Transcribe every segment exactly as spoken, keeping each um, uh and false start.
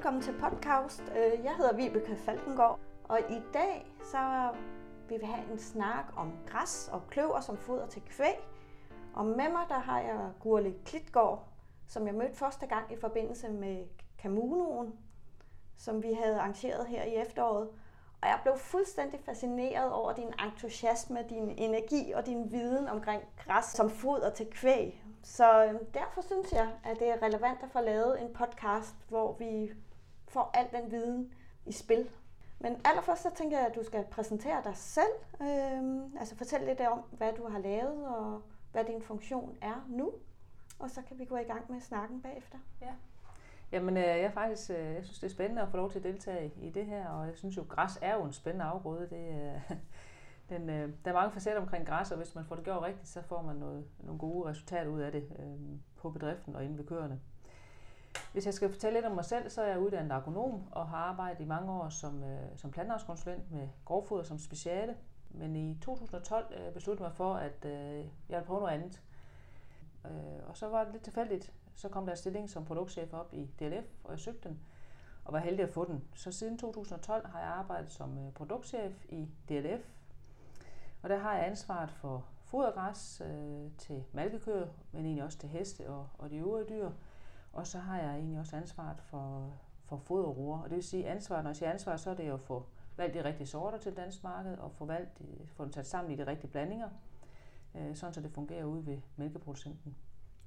velkommen til podcast. Jeg hedder Vibeke Falkengård, og i dag så vil vi have en snak om græs og kløver som foder til kvæg. Og med mig der har jeg Gurli Klitgaard, som jeg mødte første gang i forbindelse med Caminoen, som vi havde arrangeret her i efteråret. Og jeg blev fuldstændig fascineret over din entusiasme, din energi og din viden omkring græs som foder til kvæg. Så derfor synes jeg, at det er relevant at få lavet en podcast, hvor vi får al den viden i spil. Men allerførst så tænker jeg, at du skal præsentere dig selv. Øhm, altså fortælle lidt om, hvad du har lavet og hvad din funktion er nu. Og så kan vi gå i gang med snakken bagefter. Ja. Jamen, jeg er faktisk, jeg synes det er spændende at få lov til at deltage i det her, og jeg synes jo, græs er jo en spændende afgrøde. Det, den, der er mange facetter omkring græs, og hvis man får det gjort rigtigt, så får man noget, nogle gode resultater ud af det øh, på bedriften og inde ved køerne. Hvis jeg skal fortælle lidt om mig selv, så er jeg uddannet agronom og har arbejdet i mange år som, øh, som planteavlskonsulent med grovfoder som speciale. Men i to tusind og tolv øh, besluttede jeg mig for, at øh, jeg ville prøve noget andet. Øh, og så var det lidt tilfældigt. Så kom der en stilling som produktchef op i D L F, og jeg søgte den, og var heldig at få den. Så siden to tusind og tolv har jeg arbejdet som produktchef i D L F, og der har jeg ansvaret for fodergræs øh, til malkekøer, men egentlig også til heste og, og de øvrige dyr. Og så har jeg egentlig også ansvaret for, for foderroer, og det vil sige ansvaret, når jeg siger ansvar, så er det jo at få valgt de rigtige sorter til det danske marked, og få, valgt, få dem sat sammen i de rigtige blandinger, øh, sådan så det fungerer ude ved mælkeproducenten.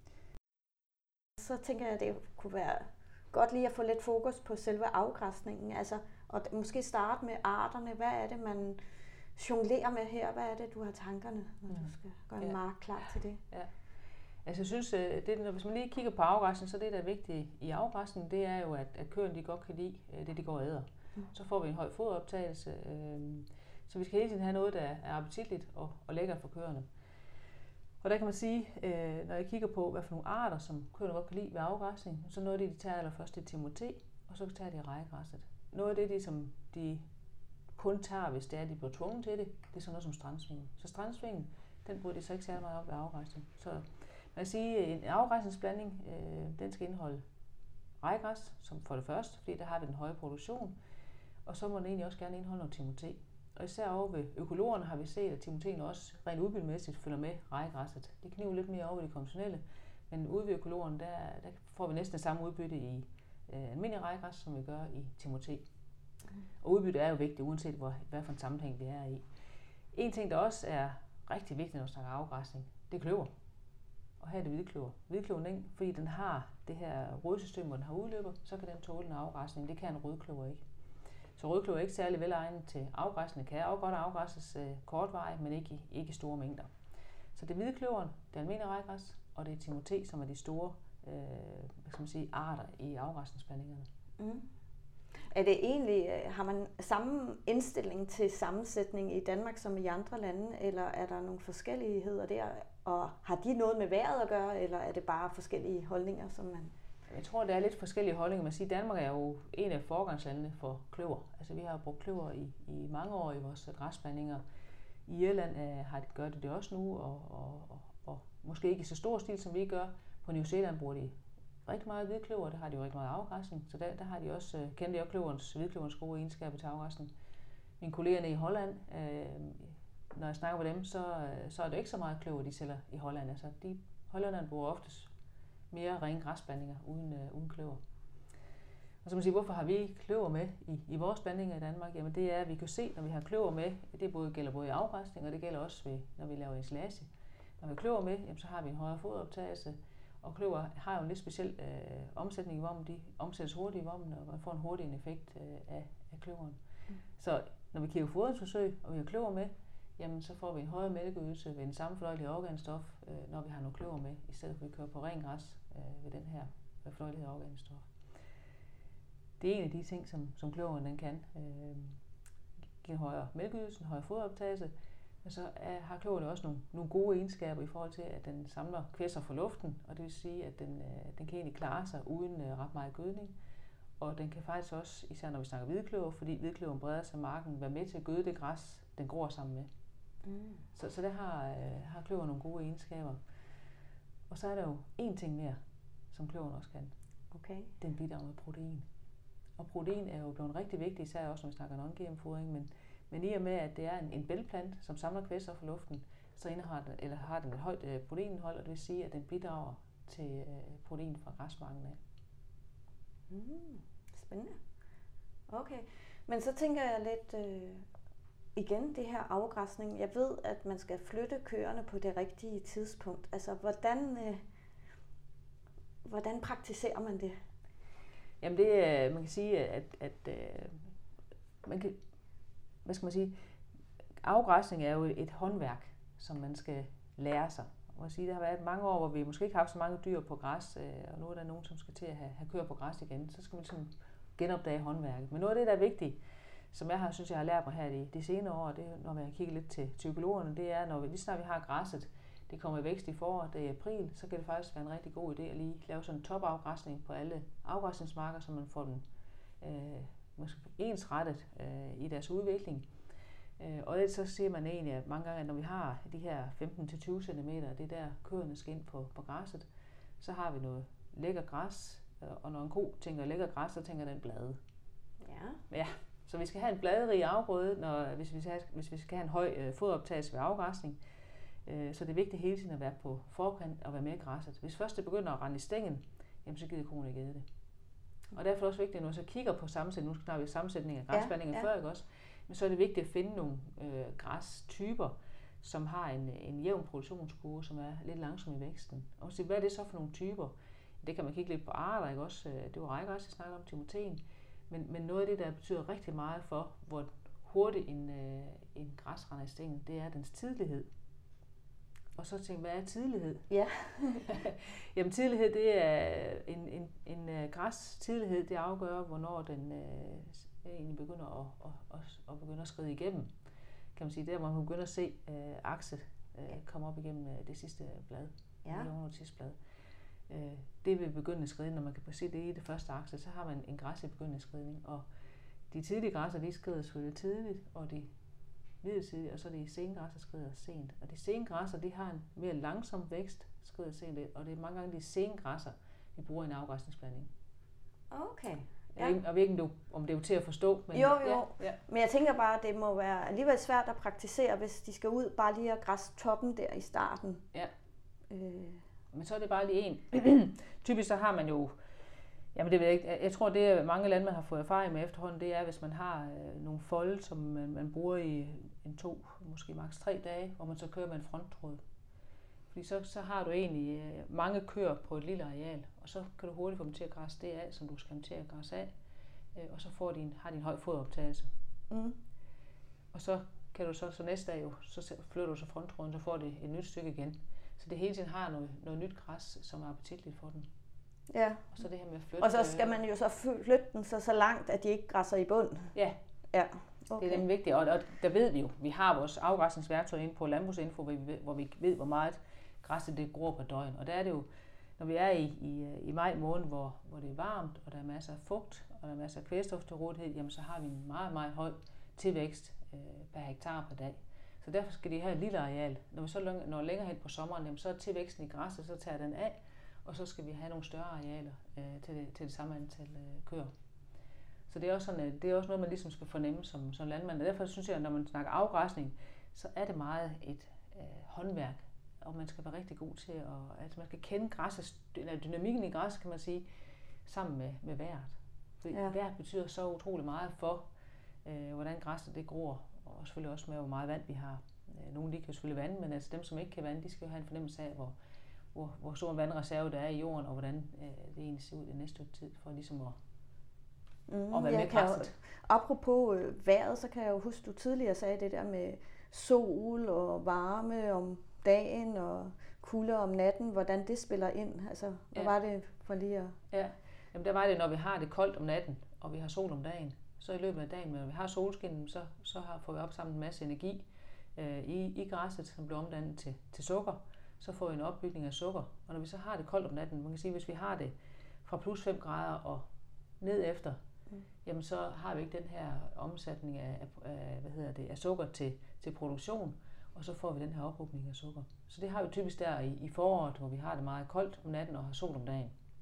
Så tænker jeg, at det kunne være godt lige at få lidt fokus på selve afgræsningen, altså, og måske starte med arterne. Hvad er det, man jonglerer med her? Hvad er det, du har tankerne, når du skal gøre en ja. mark klar til det? Ja. Altså, jeg synes, det, hvis man lige kigger på afgræsning, så det, der er vigtigt i afgræsning, det er jo, at, at køerne de godt kan lide det, de går og æder. Mm. Så får vi en høj foderoptagelse, øh, så vi skal hele tiden have noget, der er appetitligt og, og lækkert for køerne. Og der kan man sige, øh, når jeg kigger på, hvad for nogle arter, som køerne godt kan lide ved afgræsning, så noget af det, de tager allerførst, det er timoté, og så tager de rejegræsset. Noget af det, de, som de kun tager, hvis det er, de bliver tvunget til det, det er sådan noget som strandsvingen. Så strandsvingen, den bruger de så ikke særlig meget op ved afgræsning. Så man kan sige, en afgræsningsblanding, øh, den skal indeholde rejegræs, som for det første, fordi der har vi den høje produktion, og så må den egentlig også gerne indeholde noget timoté. Og især over ved økologerne har vi set, at timotéen også rent udbyttemæssigt følger med rejegræsset. Det kniver lidt mere over ved de konventionelle, men ude ved økologerne, der, der får vi næsten samme udbytte i øh, almindelig rejegræs, som vi gør i timoté. Mm. Og udbytte er jo vigtigt, uanset hvor, hvad for en sammenhæng vi er i. En ting, der også er rigtig vigtigt, når vi snakker afgræsning, det er kløver. Og her er det hvidkløver. Hvidkløveren, den, fordi den har det her rodsystem, hvor den har udløber, så kan den tåle en afgræsning. Det kan en rødkløver ikke. Så rødkløver er ikke særlig velegnet til afgræsning. Kan også godt afgræsses øh, kortvarigt, men ikke i, ikke i store mængder. Så det er hvidkløveren, det er almindelig rejegræs, og det er timoté, som er de store øh, hvad skal man sige, arter i afgræsningsblandingerne. Mm. Er det egentlig, har man samme indstilling til sammensætning i Danmark som i andre lande, eller er der nogle forskelligheder der? Og har de noget med vejret at gøre, eller er det bare forskellige holdninger, som man... Jeg tror, der er lidt forskellige holdninger. Man siger, Danmark er jo en af foregangslandene for kløver. Altså, vi har brugt kløver i, i mange år i vores græsblandinger. I Irland øh, har de gør det, det også nu, og, og, og, og måske ikke i så stor stil, som vi gør. På New Zealand bruger de rigtig meget hvidkløver, der har de jo rigtig meget afgræsning. Så der, der har de også, øh, kender de også kløverens, hvidkløverens gode egenskaber til afgræsning. Mine kolleger i Holland, øh, når jeg snakker med dem, så, øh, så er det ikke så meget kløver, de sælger i Holland. Altså, de hollænderne bruger oftest mere rene græsblandinger uden, øh, uden kløver. Og så man sige, hvorfor har vi kløver med i, i vores blandinger i Danmark? Jamen det er, at vi kan se, når vi har kløver med, det både, gælder både i afgræsning, og det gælder også, ved, når vi laver ensilage. Når vi har kløver med, jamen, så har vi en højere foderoptagelse, og kløver har jo en lidt speciel øh, omsætning i vommen. De omsættes hurtigt i vommen, og man får en hurtig effekt øh, af, af kløveren. Mm. Så når vi kigger på fodringsforsøg, og vi har kløver med, jamen så får vi en højere mælkeydelse ved en sammenfløjelig organstof, øh, når vi har nogle kløver med, i stedet for at vi kører på ren græs øh, ved den her fløjlighed organstof. Det er en af de ting, som, som kløveren den kan. Øh, give en højere mælkeydelse, en højere foderoptagelse, men så er, har kløveren også nogle, nogle gode egenskaber i forhold til, at den samler kvælstof fra luften, og det vil sige, at den, øh, den kan egentlig klare sig uden øh, ret meget gødning. Og den kan faktisk også, især når vi snakker hvidkløver, fordi hvidkløveren breder sig marken, være med til at gøde det græs, den gror sammen med. Mm. Så, så der har, øh, har kløver nogle gode egenskaber. Og så er der jo én ting mere, som kløveren også kan. Okay. Den bidrager med protein. Og protein er jo blevet rigtig vigtigt, især også når vi snakker non-G M-fodring, men, men i og med, at det er en, en bælgplante, som samler kvælstof i luften, så indeholder den, eller har den et højt øh, proteinindhold, og det vil sige, at den bidrager til øh, protein fra græsmarken af. Mm, spændende. Okay, men så tænker jeg lidt øh, igen det her afgræsning. Jeg ved, at man skal flytte køerne på det rigtige tidspunkt. Altså, hvordan, øh, hvordan praktiserer man det? Jamen det er, man kan sige, at, at øh, man kan, hvad skal man sige, afgræsning er jo et håndværk, som man skal lære sig. Og sige, der har været mange år, hvor vi måske ikke har haft så mange dyr på græs, øh, og nu er der nogen, som skal til at have, have køer på græs igen. Så skal vi ligesom genopdage håndværket. Men noget af det, der er vigtigt, som jeg har, synes, jeg har lært mig her de, de senere år, det er, når man kigger lidt til psykologerne, det er, når vi lige snart vi har græsset, det kommer i vækst i foråret, det er i april, så kan det faktisk være en rigtig god idé at lige lave sådan en topafgræsning på alle afgræsningsmarker, så man får dem øh, måske ensrettet øh, i deres udvikling. Øh, og ellers så siger man egentlig, at mange gange, at når vi har de her femten til tyve centimeter, det der køerne skal ind på, på græsset, så har vi noget lækker græs, og når en ko tænker lækker græs, så tænker den blade. Ja. Ja, så vi skal have en bladerig afgrøde, når, hvis, vi skal have, hvis vi skal have en høj øh, foderoptagelse ved afgræsning. Øh, så det er vigtigt hele tiden at være på forkant og være med i græsset. Hvis først det begynder at rende i stængen, jamen så gider konen ikke æde det. Og derfor er det også vigtigt, når vi så kigger på sammensætning, nu snakker vi sammensætning af græsblandingen ja, ja. før, ikke også? Men så er det vigtigt at finde nogle øh, græstyper, som har en, en jævn produktionskurve, som er lidt langsom i væksten. Og så, hvad er det så for nogle typer? Det kan man kigge lidt på arter, ikke også? Det var rejgræs, jeg snakkede om, timoten. Men, men noget af det, der betyder rigtig meget for, hvor hurtigt en, øh, en græs render i stængen, det er dens tidlighed. Og så tænker jeg, hvad er tidlighed? Ja. Jamen tidlighed, det er en, en, en uh, græs tidlighed, det afgør, hvornår den uh, egentlig begynder at, at, at, at, begynde at skride igennem. Kan man sige, der hvor man begynder at se uh, akse uh, komme op igennem uh, det sidste blad. Ja. Det sidste blad. Uh, det vil begynde at skride, når man kan se det i det første akse, så har man en græs i begyndende skridning. Og de tidlige græsser, de skrider selvfølgelig tidligt, og de midlertidigt, og så er det sengræsser, der skrider sent. Og de sengræsser, de har en mere langsom vækst, skrider sent, og det er mange gange de sengræsser, vi bruger i en afgræsningsblanding. Okay. Ja. Jeg ved ikke, jeg ved ikke, om det er jo til at forstå. Men jo, jo. Ja, ja. Men jeg tænker bare, at det må være alligevel svært at praktisere, hvis de skal ud bare lige at græsse toppen der i starten. Ja. Øh. Men så er det bare lige en. Typisk så har man jo, jamen det ved jeg ikke, jeg tror det mange landmænd har fået erfaring med efterhånden, det er, hvis man har øh, nogle folde, som man, man bruger i en to, måske maks tre dage, hvor man så kører med en fronttråd. Fordi så, så har du egentlig øh, mange køer på et lille areal, og så kan du hurtigt få dem til at græsse det af, som du skal dem til at græsse af, øh, og så får de en, har de en høj foderoptagelse. Mm. Og så kan du så, så næste dag jo, så flytter du så fronttråden, så får det et nyt stykke igen. Så det hele tiden har noget, noget nyt græs, som er appetitligt for den. Ja. Og så det her med at flytte. Og så skal man jo så flytte den så, så langt, at de ikke græsser i bund. Ja. Ja. Okay. Det er nemlig vigtigt, og, og der ved vi jo, vi har vores afgræsningsværktøj inde på Landbrugsinfo, hvor vi, hvor vi ved, hvor meget græsset det gror på døgn. Og der er det jo, når vi er i, i, i maj måned, hvor, hvor det er varmt, og der er masser af fugt, og der er masser af kvælstof til rådighed, jamen så har vi en meget, meget høj tilvækst øh, per hektar per dag. Så derfor skal de have et lille areal. Når vi så når længere hen på sommeren, jamen, så er tilvæksten i græsset, så tager den af, og så skal vi have nogle større arealer øh, til, det, til det samme antal øh, køer. Så det er, også sådan, det er også noget, man ligesom skal fornemme som, som landmand. Og derfor synes jeg, at når man snakker afgræsning, så er det meget et øh, håndværk, og man skal være rigtig god til at, altså man skal kende græsset, eller dynamikken i græsset, kan man sige, sammen med, med vejret. Fordi ja. Vejret betyder så utrolig meget for, øh, hvordan græsset det gror, og selvfølgelig også med, hvor meget vand vi har. Nogle de kan jo selvfølgelig vande, men altså dem, som ikke kan vande, de skal jo have en fornemmelse af, hvor, hvor, hvor stor en vandreserve der er i jorden, og hvordan øh, det egentlig ser ud i næste tid, for ligesom at, mm, at være med græsset. Apropos øh, vejret, så kan jeg jo huske, du tidligere sagde det der med sol og varme om dagen og kulde om natten, hvordan det spiller ind. Altså, hvad ja. var det for lige at... Ja, jamen der var det, når vi har det koldt om natten, og vi har sol om dagen. Så i løbet af dagen, når vi har solskin, så, så har, får vi opsamlet en masse energi øh, i, i græsset, som bliver omdannet til, til sukker. Så får vi en opbygning af sukker. Og når vi så har det koldt om natten, man kan sige, hvis vi har det fra plus fem grader og ned efter, mm. jamen så har vi ikke den her omsætning af, af, hvad hedder det, af sukker til, til produktion, og så får vi den her ophobning af sukker. Så det har vi typisk der i, i foråret, hvor vi har det meget koldt om natten og har sol om dagen.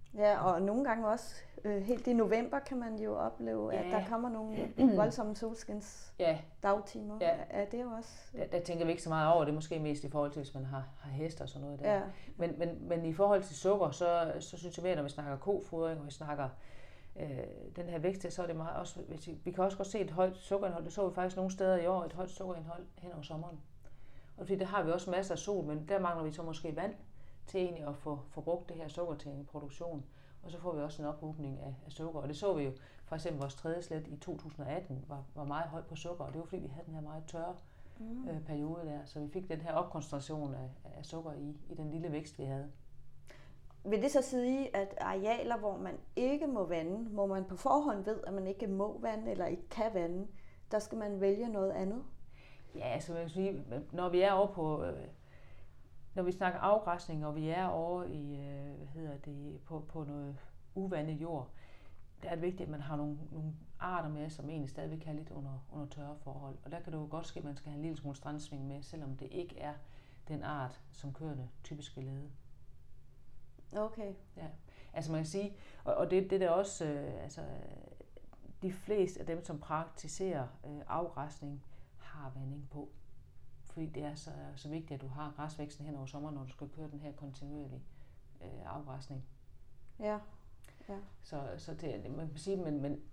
Ja, og nogle gange også, øh, helt i november kan man jo opleve, ja. at der kommer nogle voldsomme solskins ja. dagtimer. Ja. Er det jo også? Der, der tænker vi ikke så meget over det, måske mest i forhold til, hvis man har, har heste og sådan noget der. Ja. Men, men, men i forhold til sukker, så, så synes jeg mere, når vi snakker kofodring, og vi snakker øh, den her vægt, så er det meget også, hvis vi, vi kan også godt se et højt sukkerindhold. Det så vi faktisk nogle steder i år, et højt sukkerindhold hen over sommeren. Og fordi der har vi også masser af sol, men der mangler vi så måske vand til egentlig at få, få brugt det her sukker til en produktion. Og så får vi også en ophobning af, af sukker. Og det så vi jo, for eksempel vores tredje slæt i to tusind atten var, var meget højt på sukker, og det var fordi vi havde den her meget tørre mm. øh, periode der. Så vi fik den her opkoncentration af, af sukker i, i den lille vækst, vi havde. Vil det så sige, at arealer, hvor man ikke må vande, hvor man på forhånd ved, at man ikke må vande eller ikke kan vande, der skal man vælge noget andet? Ja, altså jeg vil sige, når vi er over på... Øh, Når vi snakker afgræsning, og vi er over i, hvad hedder det, på, på noget uvandet jord, der er det vigtigt, at man har nogle, nogle arter med, som egentlig stadigvæk kan have lidt under, under tørre forhold. Og der kan det jo godt ske, at man skal have en lille smule strandsving med, selvom det ikke er den art, som køerne typisk vil lede. Okay. Ja, altså man kan sige, og, og det, det der også, øh, altså de fleste af dem, som praktiserer øh, afgræsning, har vanding på. Fordi det er så, så vigtigt, at du har græsvæksten hen over sommeren, når du skal køre den her kontinuerlige øh, afgræsning. Ja. ja. Så, så det, man kan sige, men, men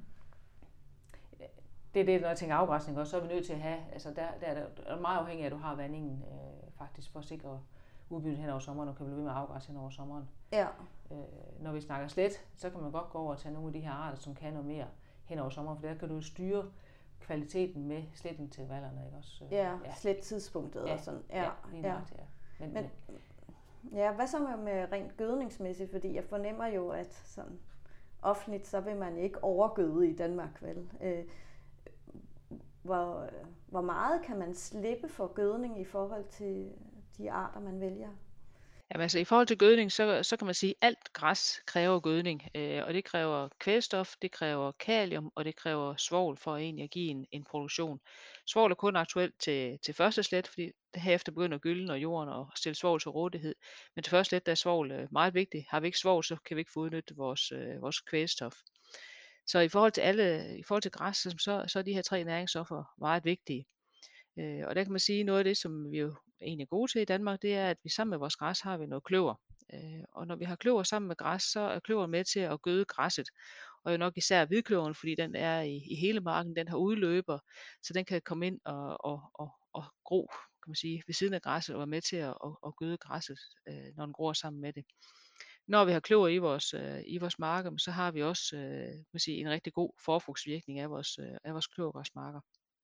det er det, når jeg tænker afgræsning også, så er vi nødt til at have, altså der, der er det meget afhængigt af, at du har vandingen øh, faktisk for at sikre udbyttet hen over sommeren, og kan blive ved med at afgræsse hen over sommeren. Ja. Øh, når vi snakker slet, så kan man godt gå over og tage nogle af de her arter, som kan noget mere hen over sommeren, for der kan du styre kvaliteten med sletintervallerne, ikke også? Ja, ja. Slet-tidspunktet ja. og sådan. Ja, ja lige ja. Nok, ja. Men, men, ja, hvad så med, med rent gødningsmæssigt? Fordi jeg fornemmer jo, at sådan offentligt, så vil man ikke overgøde i Danmark, vel? Øh, hvor, hvor meget kan man slippe for gødning i forhold til de arter, man vælger? Jamen altså i forhold til gødning, så, så kan man sige, at alt græs kræver gødning, øh, og det kræver kvælstof, det kræver kalium, og det kræver svovl for egentlig at give en, en produktion. Svovl er kun aktuelt til, til første slæt, fordi herefter begynder gylden og jorden at stille svovl til rådighed. Men til første slæt, der er svovl øh, meget vigtigt. Har vi ikke svovl, så kan vi ikke få udnyttet vores, øh, vores kvælstof. Så i forhold til alle, i forhold til græs, så, så er de her tre næringsstoffer meget vigtige. Øh, og der kan man sige, at noget af det, som vi jo egentlig er gode til i Danmark, det er, at vi sammen med vores græs har vi noget kløver. Øh, og når vi har kløver sammen med græs, så er kløveren med til at gøde græsset. Og jo nok især hvidkløveren, fordi den er i, i hele marken, den har udløber, så den kan komme ind og, og, og, og gro, kan man sige, ved siden af græsset og være med til at, at, at gøde græsset, øh, når den gror sammen med det. Når vi har kløver i vores, øh, i vores marker, så har vi også øh, kan man sige, en rigtig god forfrugtsvirkning af vores, øh, af vores kløvergræsmarker.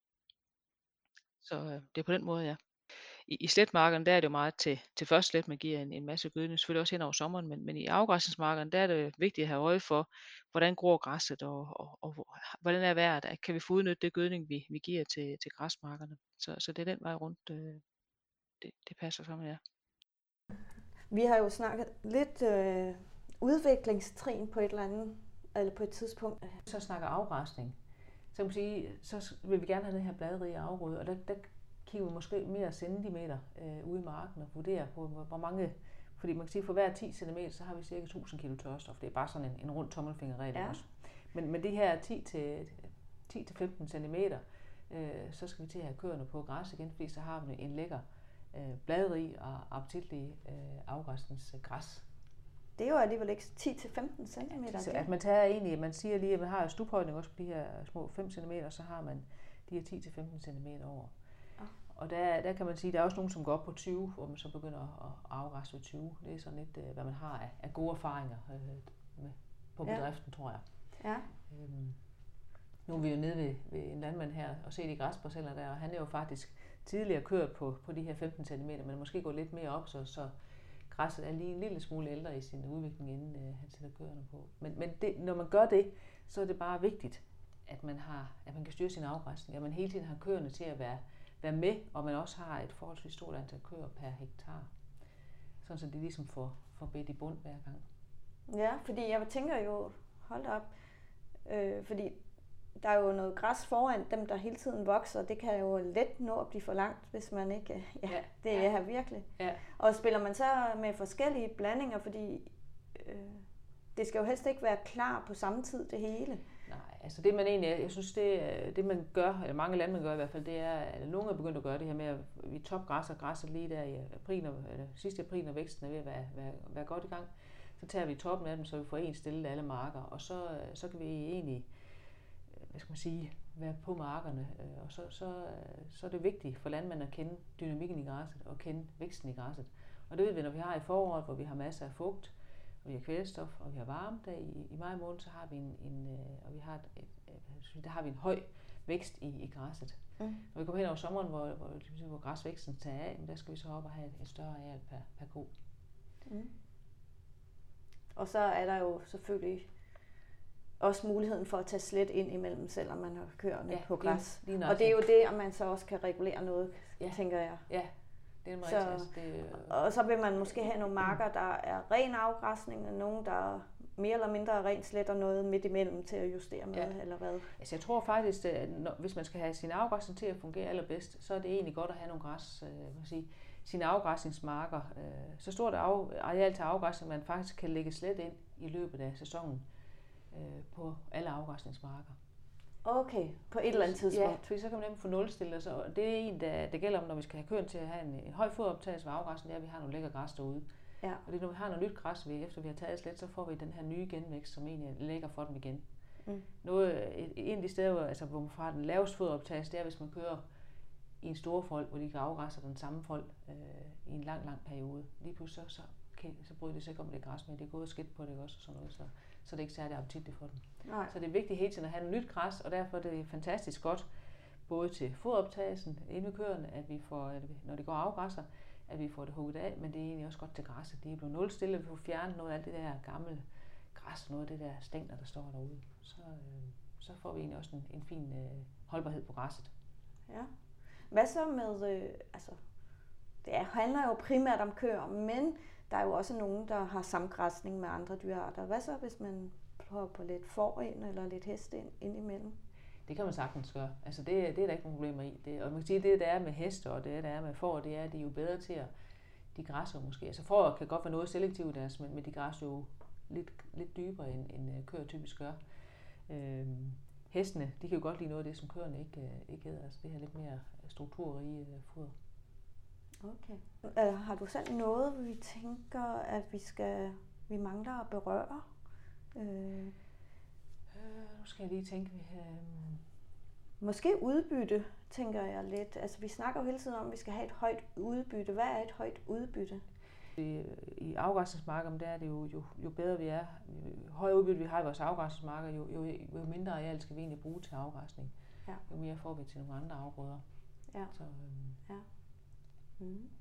Så øh, det er på den måde, ja. I, i sletmarkerne, der er det jo meget til, til første slæt, man giver en, en masse gødning, selvfølgelig også hen over sommeren, men, men i afgræsningsmarkerne, der er det vigtigt at have øje for, hvordan gror græsset, og, og, og hvordan er vejret, kan vi få udnyttet det gødning, vi, vi giver til, til græsmarkerne. Så, så det er den vej rundt, øh, det, det passer sammen, ja. Vi har jo snakket lidt øh, udviklingstrin på et eller andet, eller på et tidspunkt. Så snakker afgræsning. Så kan man sige, så vil vi gerne have den her bladrige afgrøde, og der, der kigger vi måske mere centimeter øh, ude i marken og vurderer på, hvor mange, fordi man kan sige, for hver ti centimeter, så har vi cirka tusind kilo tørstof. Det er bare sådan en, en rund tommelfingerregel ja. Også. Men, men det her ti til femten centimeter, øh, så skal vi til at have køerne på græs igen, fordi så har vi en lækker øh, bladrig og appetitlig øh, afgræsningsgræs. Det er jo alligevel ikke ti til femten centimeter. Så at man tager egentlig, man siger lige, at man har stuphøjden også på de her små fem centimeter, så har man de her ti til femten centimeter over. Ja. Og der, der kan man sige, at der er også nogen, som går op på tyve, hvor man så begynder at afgræsse ved tyve. Det er sådan lidt, hvad man har af, af gode erfaringer øh, med, på bedriften, ja. Tror jeg. Ja. Øhm, nu er vi jo nede ved, ved en landmand her og se de græsparceller der, og han er jo faktisk tidligere kørt på, på de her femten centimeter, men måske går lidt mere op, så, så græsset er lige en lille smule ældre i sin udvikling, inden øh, han sætter køerne på. Men, men det, når man gør det, så er det bare vigtigt, at man, har, at man kan styre sin afgræsning, at man hele tiden har køerne til at være, være med, og man også har et forholdsvis stort antal køer per hektar. Sådan så det ligesom får, får bedt i bund hver gang. Ja, fordi jeg tænker jo, hold op, øh, fordi der er jo noget græs foran dem, der hele tiden vokser, og det kan jo let nå at blive for langt, hvis man ikke... Ja, ja. Det er her virkelig. Ja. Og spiller man så med forskellige blandinger, fordi øh, det skal jo helst ikke være klar på samme tid, det hele. Nej, altså det man egentlig, jeg synes det, det man gør, eller mange landmænd gør i hvert fald, det er, at nogle er begyndt at gøre det her med, at vi topgræsser græsser lige der i april, eller sidste april, når væksten er ved at være, være, være godt i gang. Så tager vi toppen af dem, så vi får en stille alle marker, og så, så kan vi egentlig, hvad skal man sige, være på markerne, og så, så, så er det vigtigt for landmænd at kende dynamikken i græsset, og kende væksten i græsset. Og det ved vi, når vi har i foråret, hvor vi har masser af fugt, og vi har kvælstof, og vi har varme, der i, i maj måned, så har vi en, en og vi har et, et, et, der har vi en høj vækst i, i græsset. Mm. Når vi kommer hen over sommeren, hvor, hvor, hvor græsvæksten tager af, der skal vi så op og have et, et større areal per, per ko. Mm. Og så er der jo selvfølgelig også muligheden for at tage slet ind imellem, selvom man har kørende ja, på græs. Lige, lige og det er jo det, at man så også kan regulere noget, ja. tænker jeg. Ja, det er en så, altså, det, og så vil man måske have nogle marker, der er ren afgræsning, og nogle, der er mere eller mindre ren slet, og noget midt imellem til at justere med, ja. eller hvad? Altså jeg tror faktisk, at når, hvis man skal have sin afgræsning til at fungere allerbedst, så er det egentlig godt at have nogle græs, øh, man sige, sine afgræsningsmarker. Øh, så stort af, areal til afgræsning, man faktisk kan lægge slet ind i løbet af sæsonen øh, på alle afgræsningsmarker. Okay, på et eller andet tidspunkt. Ja, fordi så kan man nemlig få nulstillet. Så det er en, der, der gælder om, når vi skal have køen til at have en, en høj foderoptagelse ved afgræsning, det er, at vi har nogle lækker græs derude. Ja. Og det, når vi har noget nyt græs, vi, efter vi har taget slet, så får vi den her nye genvækst, som egentlig lægger for dem igen. Mm. Noget, et, en af de steder, altså, hvor man får den laveste foderoptagelse, det er, hvis man kører i en stor fold, hvor de kan afgræsse den samme fold øh, i en lang, lang periode. Lige pludselig så, så, okay, så bryder de sig ikke om det græs, men det er gået skidt på det også, og sådan noget, så, så det er ikke særlig appetitligt for dem. Nej. Så det er vigtigt hele tiden at have noget nyt græs, og derfor er det fantastisk godt, både til foderoptagelsen inde ved køerne, at vi får, når de går og afgræsser, at vi får det hugget af, men det er egentlig også godt til græsset. Det er blevet nulstille, vi får fjernet noget af alt det der gamle græs, noget af det der stængler, der står derude. Så, øh, så får vi egentlig også en, en fin øh, holdbarhed på græsset. Ja. Hvad så med, øh, altså, det handler jo primært om køer, men der er jo også nogen, der har samgræsning med andre dyrearter. Hvad så, hvis man på lidt får ind, eller lidt hest ind, ind imellem? Det kan man sagtens gøre. Altså det, det er der ikke nogen problemer i. Det, og man kan sige, det der er med heste, og det der er med får, det er, at de er jo bedre til at, de græsser måske. Altså får kan godt være noget selektivt deres, men, men de græsser jo lidt, lidt dybere, end, end køer typisk gør. Øhm, hestene, de kan jo godt lide noget af det, som køerne ikke, ikke æder. Altså det her lidt mere strukturrige foder. Okay. Øh, har du selv noget, vi tænker, at vi skal, vi mangler at berøre? Øh. Øh, nu skal jeg lige tænke. Øh... Måske udbytte, tænker jeg lidt. Altså vi snakker jo hele tiden om, at vi skal have et højt udbytte. Hvad er et højt udbytte? I, i afgræsningsmarker, der er det jo, jo, jo bedre vi er. Jo højere udbytte vi har i vores afgræsningsmarker, jo, jo, jo mindre areal skal vi egentlig bruge til afgræsning. Ja. Jo mere får vi til nogle andre afgrøder. Ja. Så, øhm, ja. Mm.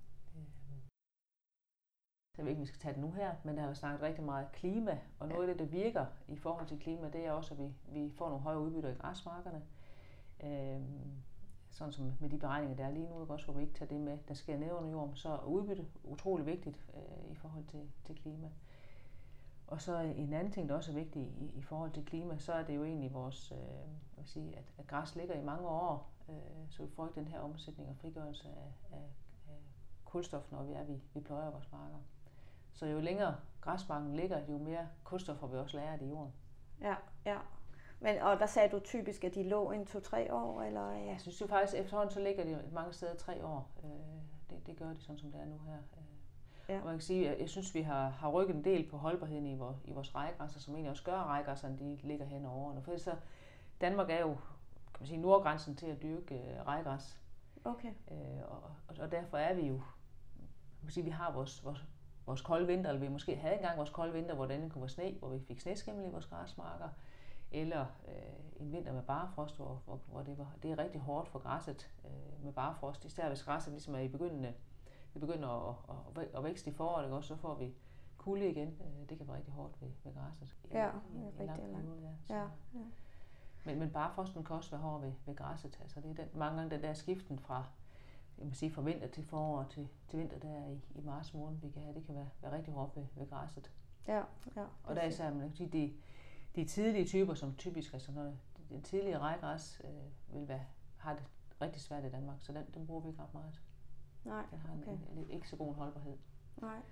Jeg ved ikke, om vi skal tage det nu her, men der har vi snakket rigtig meget klima, og noget af det, der virker i forhold til klima, det er også, at vi, vi får nogle høje udbytter i græsmarkerne. Øhm, sådan som med de beregninger, der er lige nu, også, hvor vi ikke tager det med, der sker ned under jorden, så er udbytte utrolig vigtigt øh, i forhold til, til klima. Og så en anden ting, der også er vigtig i, i forhold til klima, så er det jo egentlig vores, øh, jeg vil sige, at, at græs ligger i mange år, øh, så vi får ikke den her omsætning og frigørelse af, af, af kulstof, når vi er vi, vi pløjer vores marker. Så jo længere græsmarken ligger, jo mere kulstof får vi også lagret i jorden. Ja, ja. Men, og der sagde du typisk, at de lå en to-tre år? Eller? Ja, jeg synes jo faktisk, efterhånden så ligger de mange steder tre år. Øh, det, det gør de sådan, som det er nu her. Ja. Og man kan sige, at jeg synes, vi har, har rykket en del på holdbarheden i vores, i vores rejegræsser, som egentlig også gør rejegræsserne, de ligger hen over årene. For så Danmark er jo, kan man sige, nordgrænsen til at dyrke øh, rejegræs. Okay. Øh, og, og, og derfor er vi jo, man kan sige, vi har vores, vores vores kolde vinter, eller vi måske havde engang vores kolde vinter, hvor den kunne være sne, hvor vi fik sneskimmel i vores græsmarker, eller øh, en vinter med barefrost, hvor, hvor, hvor det, var, det er rigtig hårdt for græsset øh, med barefrost. Især hvis græsset ligesom er i begyndende, det begynder at, at, at, at vækste i foråret, ikke? Også, så får vi kulde igen. Øh, det kan være rigtig hårdt ved, ved græsset. Ja, i, i, i rigtig periode, ja. Så, ja, ja. Men, men barefrosten kan også være hård ved, ved græsset. Altså, det er den, mange gange den der skiften fra jeg må sige, fra vinter til forår til, til vinter der i, i marts måned, vi kan have, det kan være, være rigtig hårdt ved, ved græsset. Ja, ja. Og der er især, man kan sige, de, de tidlige typer, som typisk er sådan noget, den tidlige rejegræs øh, vil være, har det rigtig svært i Danmark, så den, den bruger vi ikke ret meget. Nej, den har okay. en, en, en, ikke så god holdbarhed. Nej.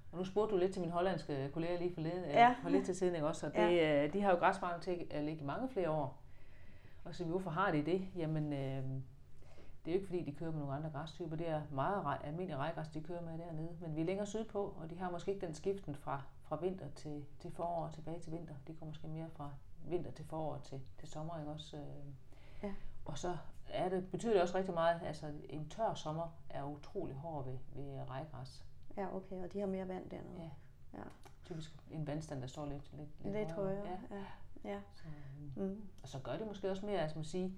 Og nu spurgte du lidt til mine hollandske kolleger lige forleden, ja. for lidt til siden, ikke også? Og det, ja. de har jo græsmarken til at ligge i mange flere år. Og så hvorfor har de det? Jamen, øh, det er jo ikke fordi, de kører med nogle andre græstyper. Det er meget rej, almindelig rejgræs, de kører med dernede. Men vi er længere sydpå, og de har måske ikke den skiften fra, fra vinter til, til forår og tilbage til vinter. De går måske mere fra vinter til forår til, til sommer, ikke også? Ja. Og så er det, betyder det også rigtig meget, altså en tør sommer er utrolig hård ved, ved rejgræs. Ja, okay, og de har mere vand dernede. Ja. Ja. Typisk en vandstand, der står lidt, lidt, lidt, lidt højere. højere. Ja. Ja. Ja. Så, mm. Og så gør det måske også mere, altså man siger,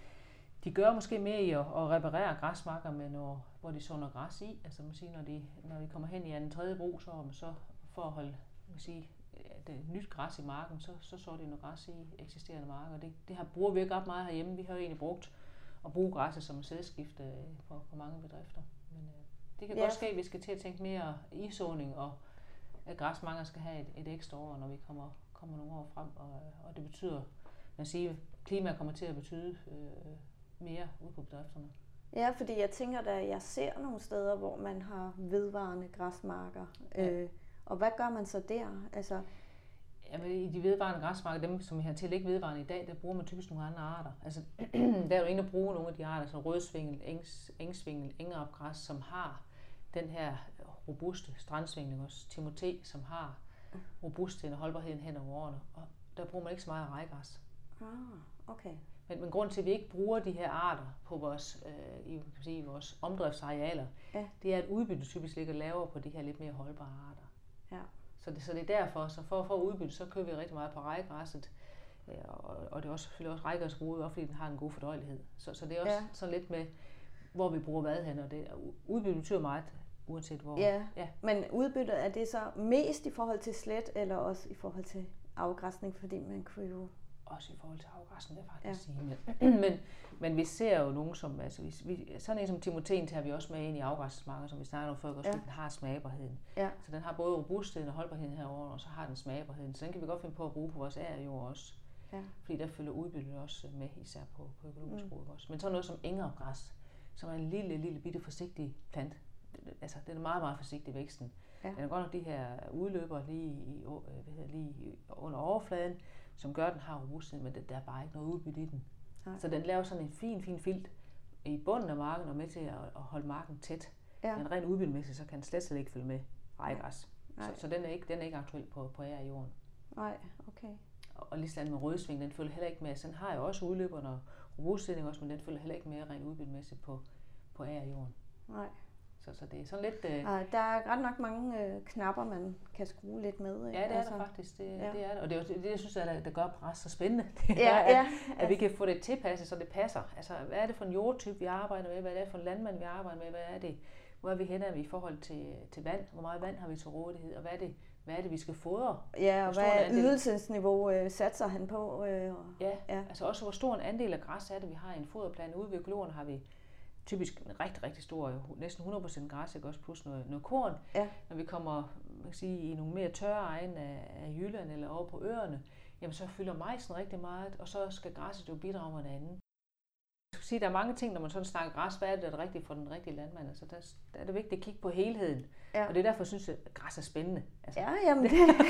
de gør måske mere i at, at reparere græsmarker, med noget, hvor de så noget græs i. Altså man siger, når de, når de kommer hen i en tredje brug, så, så for at holde man sige, det nyt græs i marken, så, så så de noget græs i eksisterende marker. Det, det har, bruger vi ikke ret meget herhjemme. Vi har jo egentlig brugt at bruge græsset som sædskifte på, på mange bedrifter. Men øh, det kan ja. godt ske, at vi skal til at tænke mere isåning, og at græsmarker skal have et, et ekstra år, når vi kommer, kommer nogle år frem. Og, og det betyder, man siger, at klimaet kommer til at betyde øh, mere ude på bedrifterne. Ja, fordi jeg tænker, at jeg ser nogle steder, hvor man har vedvarende græsmarker. Ja. Øh, og hvad gør man så der? Altså, Jamen, i de vedvarende græsmarker, dem som vi har til ikke vedvarende i dag, der bruger man typisk nogle andre arter. Altså, der er jo ingen, der bruger nogle af de arter, som rødsvingel, engs, engsvingel, engeropgræs, som har den her robuste strandsvingel, også Timoté, som har robustheden og holdbarheden hen over årene. Og der bruger man ikke så meget rejgræs. Ah, okay. Men, men grunden til, at vi ikke bruger de her arter på vores, øh, i, kan sige, vores omdriftsarealer, ja. det er, at udbyttet typisk ligger lavere på de her lidt mere holdbare arter. Ja. Så, det, så det er derfor, så for, for at udbytte, så kører vi rigtig meget på rejgræsset. Øh, og, og det er også selvfølgelig også rejgræsgode, fordi den har en god fordøjelighed. Så, så det er også ja. sådan lidt med, hvor vi bruger hvad hen, og det udbyttet betyder meget, uanset hvor. Ja. ja, men udbyttet, er det så mest i forhold til slet, eller også i forhold til afgræsning, fordi man kunne jo... Også i forhold til afgræsning, vil jeg faktisk ja. sige. Men, men, men vi ser jo nogen som, altså vi, vi, sådan en som Timotéen tager vi også med ind i afgræsningsmarker, som vi snakker om før, også ja. den har smagbarheden. Ja. Så den har både robustheden og holdbarheden herover, og så har den smagbarheden. Så den kan vi godt finde på at bruge på vores agerjord også. Ja. Fordi der følger udbyttet også med, især på, på økologisk brug mm. også. Men så noget som engeopgræs, som er en lille, lille bitte forsigtig plant. Altså, den er meget, meget forsigtig i væksten. Ja. Den er godt nok de her udløber lige, i, hvad hedder, lige under overfladen, som gør, at den har robusthed, men der er bare ikke noget udbytte i den. Nej. Så den laver sådan en fin, fin filt i bunden af marken og med til at, at holde marken tæt. Ja. Men rent udbyttemæssigt, så kan den slet, slet ikke følge med rejgræs. Så, så den er ikke, den er ikke aktuel på, på agerjorden. Nej, okay. Og, og ligesom med rødsving, den følger heller ikke med. Så den har jo også udløberne og robustheden også, men den følger heller ikke med rent udbyttemæssigt på, på agerjorden. Nej. Så, så det er sådan lidt... Øh... Ej, der er ret nok mange øh, knapper, man kan skrue lidt med. Ikke? Ja, det er altså, der faktisk. Det, ja. det er det. Og det er det, jeg synes, at det gør pres så spændende. Det ja, er, at, ja, at altså. vi kan få det tilpasset, så det passer. Altså, hvad er det for en jordtype, vi arbejder med? Hvad er det for en landmand, vi arbejder med? Hvad er det? Hvor er vi henne i forhold til, til vand? Hvor meget vand har vi til rådighed? Og hvad er det, hvad er det vi skal fodre? Ja, og hvad er ydelsesniveau øh, satser han på? Øh, ja, ja, altså også hvor stor en andel af græs er det, vi har i en foderplan. Ude ved økologerne har vi typisk en rigtig, rigtig stor, næsten hundrede procent græs, ikke? Også plus noget, noget korn. Ja. Når vi kommer man kan sige, i nogle mere tørre egne af, af Jylland eller over på øerne, jamen så fylder majsen rigtig meget, og så skal græsset jo bidrage med det andet. Jeg skal sige, der er mange ting, når man sådan snakker græs, hvad er det, der er rigtigt for den rigtige landmand? Altså, der, der er det vigtigt at kigge på helheden, ja. Og det er derfor, jeg synes, at græs er spændende. Altså. Ja, jamen det,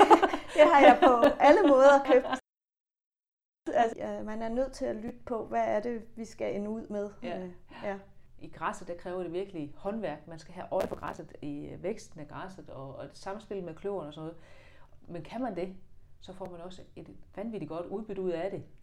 det har jeg på alle måder købt. Altså, ja, man er nødt til at lytte på, hvad er det, vi skal ende ud med. Ja. Ja. I græsset, der kræver det virkelig håndværk. Man skal have øje for græsset i væksten af græsset og, og et samspil med kløverne og sådan noget. Men kan man det, så får man også et vanvittigt godt udbytte ud af det.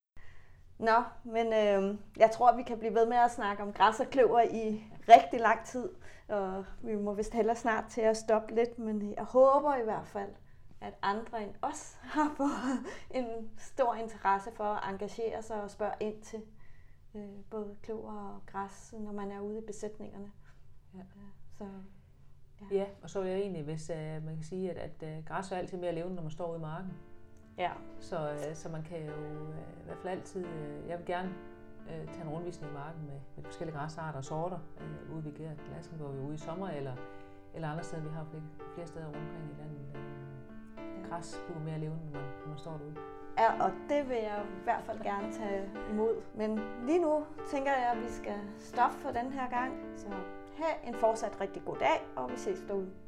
Nå, men øh, jeg tror, vi kan blive ved med at snakke om græs og kløver i rigtig lang tid. Og vi må vist hellere snart til at stoppe lidt, men jeg håber i hvert fald, at andre end os har fået en stor interesse for at engagere sig og spørge ind til øh, både kløver og græs, når man er ude i besætningerne. Ja. Så, ja. ja, og så er jeg egentlig, hvis uh, man kan sige, at, at uh, græs er altid mere levende, når man står ude i marken. Ja. Så, uh, så man kan jo uh, i hvert fald altid, uh, jeg vil gerne uh, tage en rundvisning i marken med, med forskellige græsarter og sorter, uh, ude ved Glassen, hvor vi er ude i sommer, eller, eller andre steder, vi har flere, flere steder rundt omkring i landet. Uh, ja. Græs bliver mere levende, når man, når man står derude. Ja, og det vil jeg i hvert fald gerne tage imod. Men lige nu tænker jeg, at vi skal stoppe for den her gang. Så have en fortsat rigtig god dag, og vi ses derude.